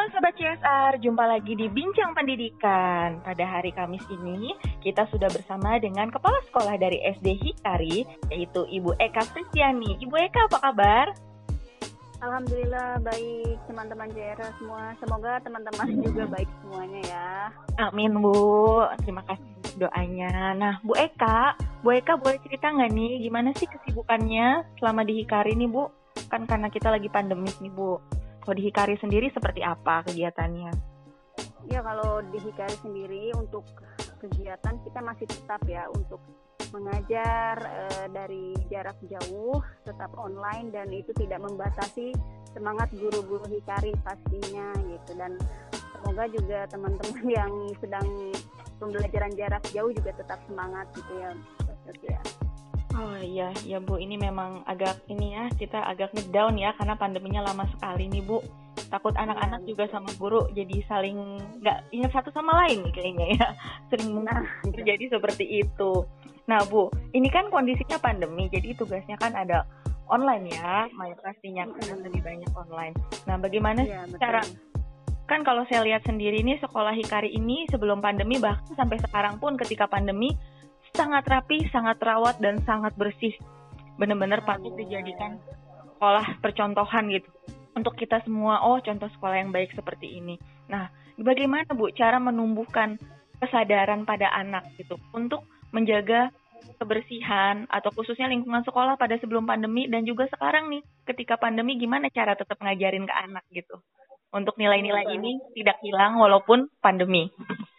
Halo Sobat CSR, jumpa lagi di Bincang Pendidikan. Pada hari Kamis ini, kita sudah bersama dengan Kepala Sekolah dari SD Hikari, yaitu Ibu Eka Fristiani. Ibu Eka, apa kabar? Alhamdulillah baik teman-teman JR semua. Semoga teman-teman juga baik semuanya ya. Amin Bu, terima kasih doanya. Nah Bu Eka boleh cerita nggak nih gimana sih kesibukannya selama di Hikari nih Bu? Kan karena kita lagi pandemik nih Bu. Kalau di Hikari sendiri seperti apa kegiatannya? Ya kalau di Hikari sendiri untuk kegiatan kita masih tetap ya untuk mengajar dari jarak jauh, tetap online dan itu tidak membatasi semangat guru-guru Hikari pastinya gitu. Dan semoga juga teman-teman yang sedang pembelajaran jarak jauh juga tetap semangat gitu ya. Oh iya Bu, ini memang kita agak ngedown ya karena pandeminya lama sekali nih Bu. Takut anak-anak juga sama guru jadi saling nggak ingat satu sama lain nih kayaknya ya. Sering terjadi seperti itu. Nah Bu, ini kan kondisinya pandemi, jadi tugasnya kan ada online ya, pastinya kan lebih banyak online. Nah bagaimana cara, kan kalau saya lihat sendiri nih sekolah Hikari ini sebelum pandemi bahkan sampai sekarang pun ketika pandemi sangat rapi, sangat terawat, dan sangat bersih. Benar-benar patut dijadikan sekolah percontohan gitu. Untuk kita semua, contoh sekolah yang baik seperti ini. Nah, bagaimana Bu cara menumbuhkan kesadaran pada anak gitu untuk menjaga kebersihan atau khususnya lingkungan sekolah pada sebelum pandemi dan juga sekarang nih ketika pandemi gimana cara tetap ngajarin ke anak gitu. Untuk nilai-nilai ini tidak hilang walaupun pandemi.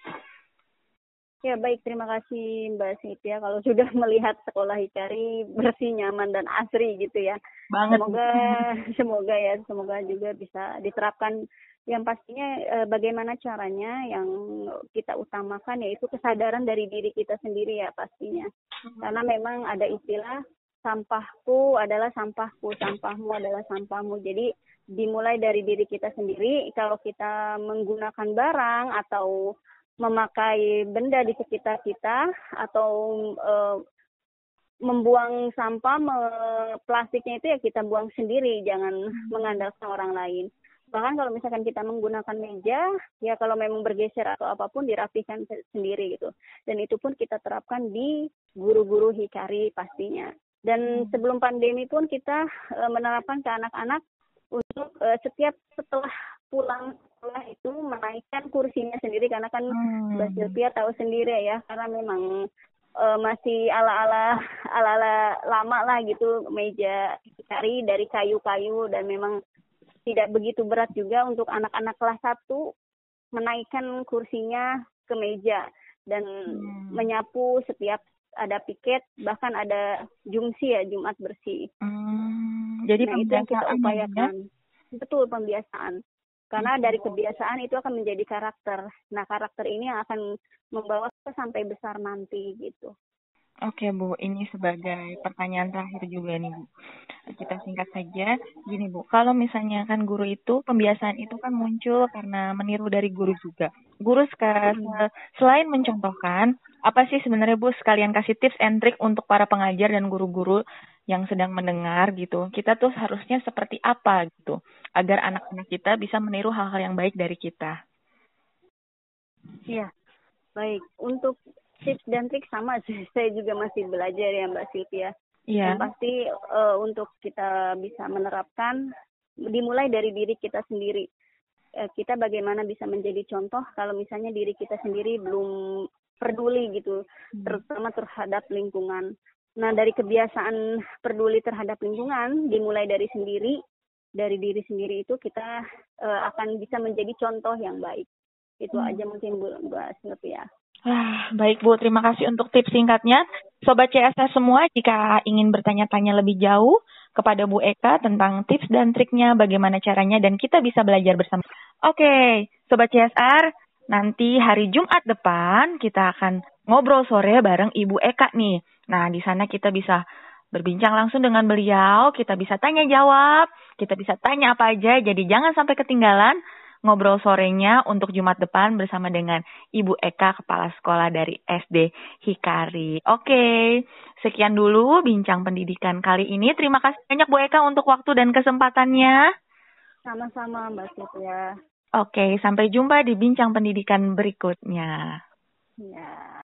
Ya baik, terima kasih Mbak Sintia kalau sudah melihat sekolah Hikari bersih, nyaman dan asri gitu ya. Banget. Semoga juga bisa diterapkan. Yang pastinya bagaimana caranya yang kita utamakan yaitu kesadaran dari diri kita sendiri ya pastinya. Karena memang ada istilah sampahku adalah sampahku, sampahmu adalah sampahmu. Jadi dimulai dari diri kita sendiri. Kalau kita menggunakan barang atau memakai benda di sekitar kita atau membuang sampah plastiknya itu ya kita buang sendiri, jangan mengandalkan orang lain. Bahkan kalau misalkan kita menggunakan meja, ya kalau memang bergeser atau apapun dirapikan sendiri gitu. Dan itu pun kita terapkan di guru-guru Hikari pastinya. Dan sebelum pandemi pun kita menerapkan ke anak-anak untuk setelah pulang sekolah itu menaikkan kursinya sendiri karena kan Mbak Sylvia tahu sendiri ya karena memang masih ala-ala lama lah gitu meja Hikari dari kayu-kayu dan memang tidak begitu berat juga untuk anak-anak kelas 1 menaikkan kursinya ke meja dan menyapu setiap ada piket bahkan ada jumsi ya Jumat bersih. Jadi itu yang kita upayakan. Betul, pembiasaan. Karena dari kebiasaan itu akan menjadi karakter. Nah, karakter ini yang akan membawa kita sampai besar nanti gitu. Oke Bu, ini sebagai pertanyaan terakhir juga nih Bu. Kita singkat saja. Gini Bu, kalau misalnya kan guru itu, pembiasaan itu kan muncul karena meniru dari guru juga. Guru selain mencontohkan, apa sih sebenarnya Bu sekalian kasih tips and trick untuk para pengajar dan guru-guru yang sedang mendengar gitu. Kita tuh harusnya seperti apa gitu, agar anak-anak kita bisa meniru hal-hal yang baik dari kita. Iya, baik. Untuk tips dan trik sama sih, saya juga masih belajar ya Mbak Sylvia. Iya. Yang pasti untuk kita bisa menerapkan, dimulai dari diri kita sendiri. Kita bagaimana bisa menjadi contoh kalau misalnya diri kita sendiri belum peduli gitu, terutama terhadap lingkungan. Nah, dari kebiasaan peduli terhadap lingkungan, dimulai dari diri sendiri itu kita akan bisa menjadi contoh yang baik. Itu aja mungkin Mbak Sylvia. Baik Bu, terima kasih untuk tips singkatnya. Sobat CSR semua, jika ingin bertanya-tanya lebih jauh kepada Bu Eka tentang tips dan triknya, bagaimana caranya, dan kita bisa belajar bersama. Oke, Sobat CSR, nanti hari Jumat depan kita akan ngobrol sore bareng Ibu Eka nih. Nah, di sana kita bisa berbincang langsung dengan beliau, kita bisa tanya jawab, kita bisa tanya apa aja, jadi jangan sampai ketinggalan ngobrol sorenya untuk Jumat depan bersama dengan Ibu Eka, Kepala Sekolah dari SD Hikari. Oke, sekian dulu bincang pendidikan kali ini. Terima kasih banyak Bu Eka untuk waktu dan kesempatannya. Sama-sama Mbak Sylvia. Oke, sampai jumpa di bincang pendidikan berikutnya. Ya.